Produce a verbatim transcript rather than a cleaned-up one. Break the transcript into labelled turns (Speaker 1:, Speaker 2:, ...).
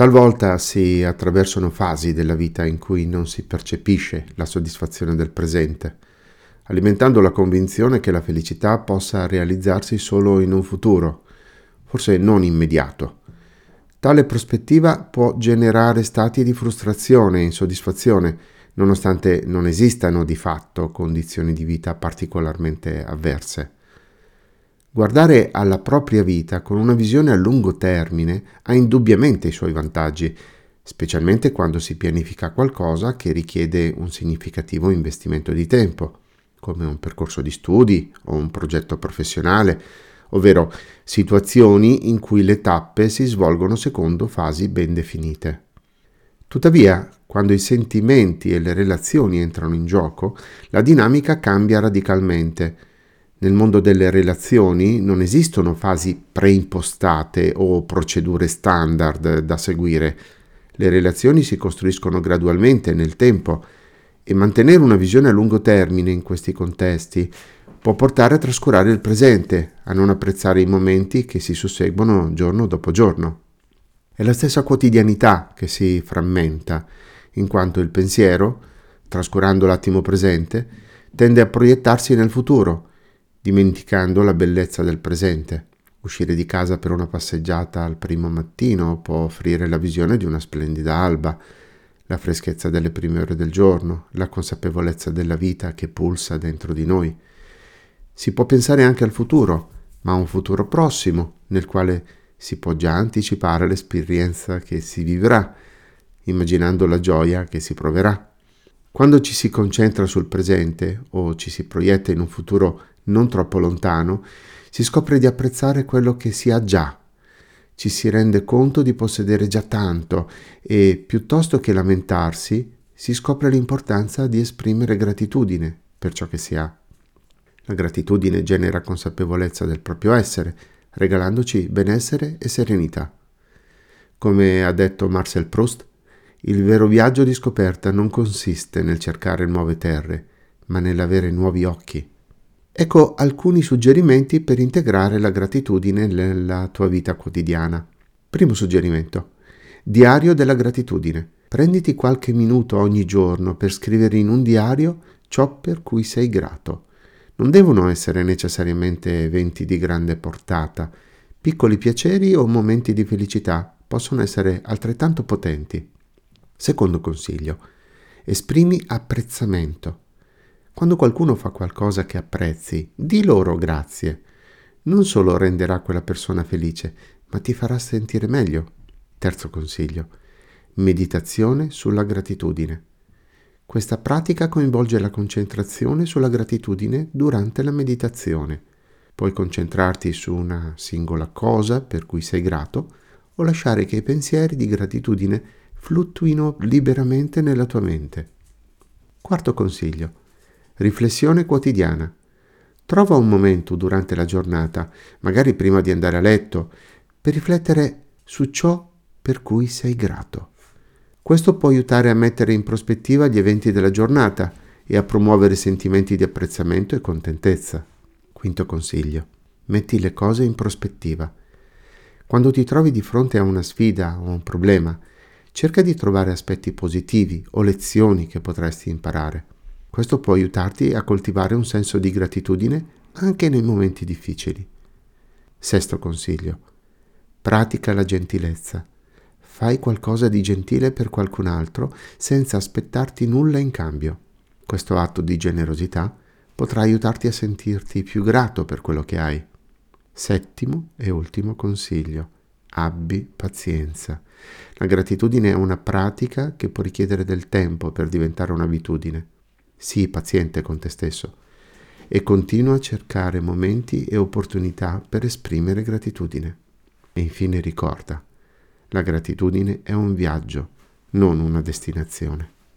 Speaker 1: Talvolta si attraversano fasi della vita in cui non si percepisce la soddisfazione del presente, alimentando la convinzione che la felicità possa realizzarsi solo in un futuro, forse non immediato. Tale prospettiva può generare stati di frustrazione e insoddisfazione, nonostante non esistano di fatto condizioni di vita particolarmente avverse. Guardare alla propria vita con una visione a lungo termine ha indubbiamente i suoi vantaggi, specialmente quando si pianifica qualcosa che richiede un significativo investimento di tempo, come un percorso di studi o un progetto professionale, ovvero situazioni in cui le tappe si svolgono secondo fasi ben definite. Tuttavia, quando i sentimenti e le relazioni entrano in gioco, la dinamica cambia radicalmente. Nel mondo delle relazioni non esistono fasi preimpostate o procedure standard da seguire. Le relazioni si costruiscono gradualmente nel tempo e mantenere una visione a lungo termine in questi contesti può portare a trascurare il presente, a non apprezzare i momenti che si susseguono giorno dopo giorno. È la stessa quotidianità che si frammenta, in quanto il pensiero, trascurando l'attimo presente, tende a proiettarsi nel futuro, dimenticando la bellezza del presente. Uscire di casa per una passeggiata al primo mattino può offrire la visione di una splendida alba, la freschezza delle prime ore del giorno, la consapevolezza della vita che pulsa dentro di noi. Si può pensare anche al futuro, ma a un futuro prossimo, nel quale si può già anticipare l'esperienza che si vivrà, immaginando la gioia che si proverà. Quando ci si concentra sul presente o ci si proietta in un futuro non troppo lontano, si scopre di apprezzare quello che si ha già. Ci si rende conto di possedere già tanto e, piuttosto che lamentarsi, si scopre l'importanza di esprimere gratitudine per ciò che si ha. La gratitudine genera consapevolezza del proprio essere, regalandoci benessere e serenità. Come ha detto Marcel Proust, il vero viaggio di scoperta non consiste nel cercare nuove terre, ma nell'avere nuovi occhi. Ecco alcuni suggerimenti per integrare la gratitudine nella tua vita quotidiana. Primo suggerimento: diario della gratitudine. Prenditi qualche minuto ogni giorno per scrivere in un diario ciò per cui sei grato. Non devono essere necessariamente eventi di grande portata. Piccoli piaceri o momenti di felicità possono essere altrettanto potenti. Secondo consiglio: esprimi apprezzamento. Quando qualcuno fa qualcosa che apprezzi, di loro grazie. Non solo renderà quella persona felice, ma ti farà sentire meglio. Terzo consiglio: meditazione sulla gratitudine. Questa pratica coinvolge la concentrazione sulla gratitudine durante la meditazione. Puoi concentrarti su una singola cosa per cui sei grato o lasciare che i pensieri di gratitudine fluttuino liberamente nella tua mente. Quarto consiglio: riflessione quotidiana. Trova un momento durante la giornata, magari prima di andare a letto, per riflettere su ciò per cui sei grato. Questo può aiutare a mettere in prospettiva gli eventi della giornata e a promuovere sentimenti di apprezzamento e contentezza. Quinto consiglio: metti le cose in prospettiva. Quando ti trovi di fronte a una sfida o un problema, cerca di trovare aspetti positivi o lezioni che potresti imparare. Questo può aiutarti a coltivare un senso di gratitudine anche nei momenti difficili. Sesto consiglio: pratica la gentilezza. Fai qualcosa di gentile per qualcun altro senza aspettarti nulla in cambio. Questo atto di generosità potrà aiutarti a sentirti più grato per quello che hai. Settimo e ultimo consiglio: abbi pazienza. La gratitudine è una pratica che può richiedere del tempo per diventare un'abitudine. Sii paziente con te stesso e continua a cercare momenti e opportunità per esprimere gratitudine. E infine ricorda: la gratitudine è un viaggio, non una destinazione.